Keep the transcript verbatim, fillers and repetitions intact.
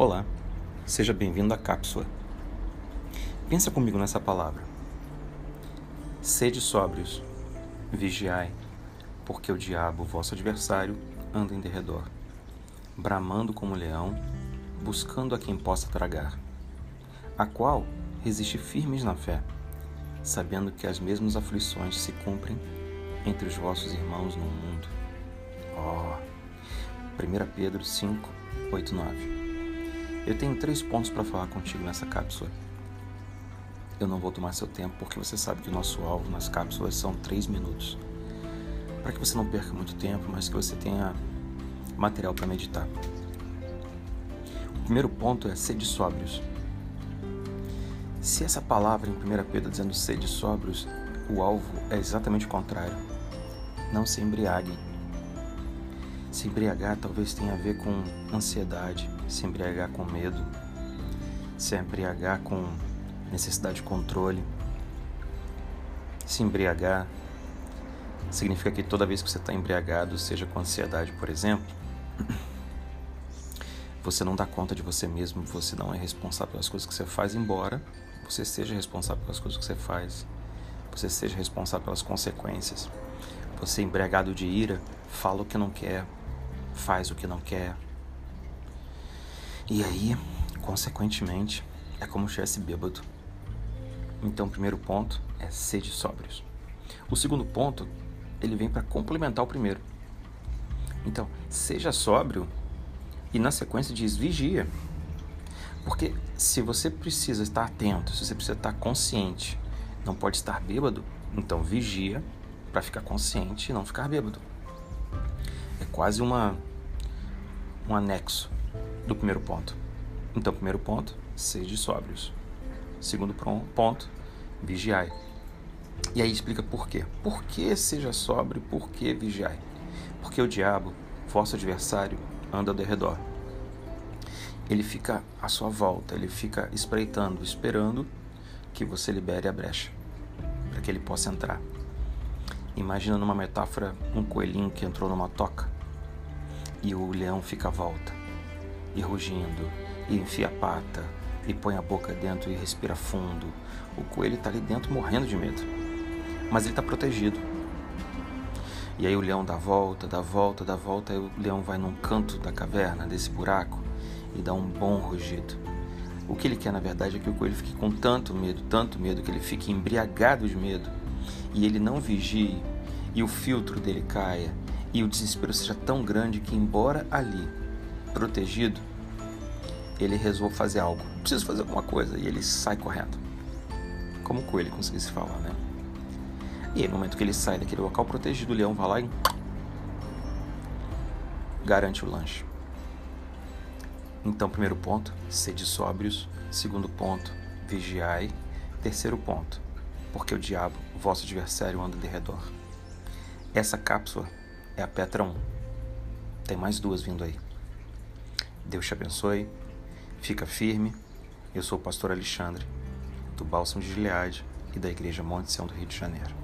Olá, seja bem-vindo à cápsula. Pensa comigo nessa palavra. Sede sóbrios, vigiai, porque o diabo, vosso adversário, anda em derredor, bramando como leão, buscando a quem possa tragar, a qual resiste firmes na fé, sabendo que as mesmas aflições se cumprem entre os vossos irmãos no mundo. Ó, oh, primeira Pedro cinco, oito, nove. Eu tenho três pontos para falar contigo nessa cápsula. Eu não vou tomar seu tempo, porque você sabe que o nosso alvo nas cápsulas são três minutos. Para que você não perca muito tempo, mas que você tenha material para meditar. O primeiro ponto é sede sóbrios. Se essa palavra em primeira Pedro dizendo sede sóbrios, o alvo é exatamente o contrário. Não se embriaguem. Se embriagar talvez tenha a ver com ansiedade, se embriagar com medo, se embriagar com necessidade de controle. Se embriagar significa que toda vez que você está embriagado, seja com ansiedade, por exemplo, você não dá conta de você mesmo, você não é responsável pelas coisas que você faz, embora você seja responsável pelas coisas que você faz, você seja responsável pelas consequências. Você embriagado de ira, fala o que não quer, faz o que não quer. E aí, consequentemente, é como se estivesse bêbado. Então, o primeiro ponto é sede sóbrios. O segundo ponto, ele vem para complementar o primeiro. Então, seja sóbrio e na sequência diz vigia. Porque se você precisa estar atento, se você precisa estar consciente, não pode estar bêbado, então vigia para ficar consciente e não ficar bêbado. É quase uma, um anexo do primeiro ponto. Então, primeiro ponto, sede sóbrios. Segundo ponto, vigiai. E aí explica por quê. Por que seja sóbrio, por que vigiai? Porque o diabo, vosso adversário, anda ao redor. Ele fica à sua volta, ele fica espreitando, esperando que você libere a brecha, para que ele possa entrar. Imagina numa metáfora um coelhinho que entrou numa toca e o leão fica à volta, e rugindo, e enfia a pata, e põe a boca dentro e respira fundo. O coelho está ali dentro morrendo de medo, mas ele está protegido. E aí o leão dá volta, dá volta, dá volta, e o leão vai num canto da caverna, desse buraco, e dá um bom rugido. O que ele quer, na verdade, é que o coelho fique com tanto medo, tanto medo, que ele fique embriagado de medo, e ele não vigie, e o filtro dele caia, e o desespero seja tão grande que, embora ali, protegido, ele resolve fazer algo. Preciso fazer alguma coisa, e ele sai correndo. Como o coelho conseguisse falar, né? E aí, no momento que ele sai daquele local protegido, o leão vai lá e garante o lanche. Então, primeiro ponto, sede sóbrios. Segundo ponto, vigiai. Terceiro ponto, porque o diabo, o vosso adversário, anda de redor. Essa cápsula é a Petra um. Tem mais duas vindo aí. Deus te abençoe. Fica firme. Eu sou o pastor Alexandre, do Bálsamo de Gileade e da Igreja Monte Sião do Rio de Janeiro.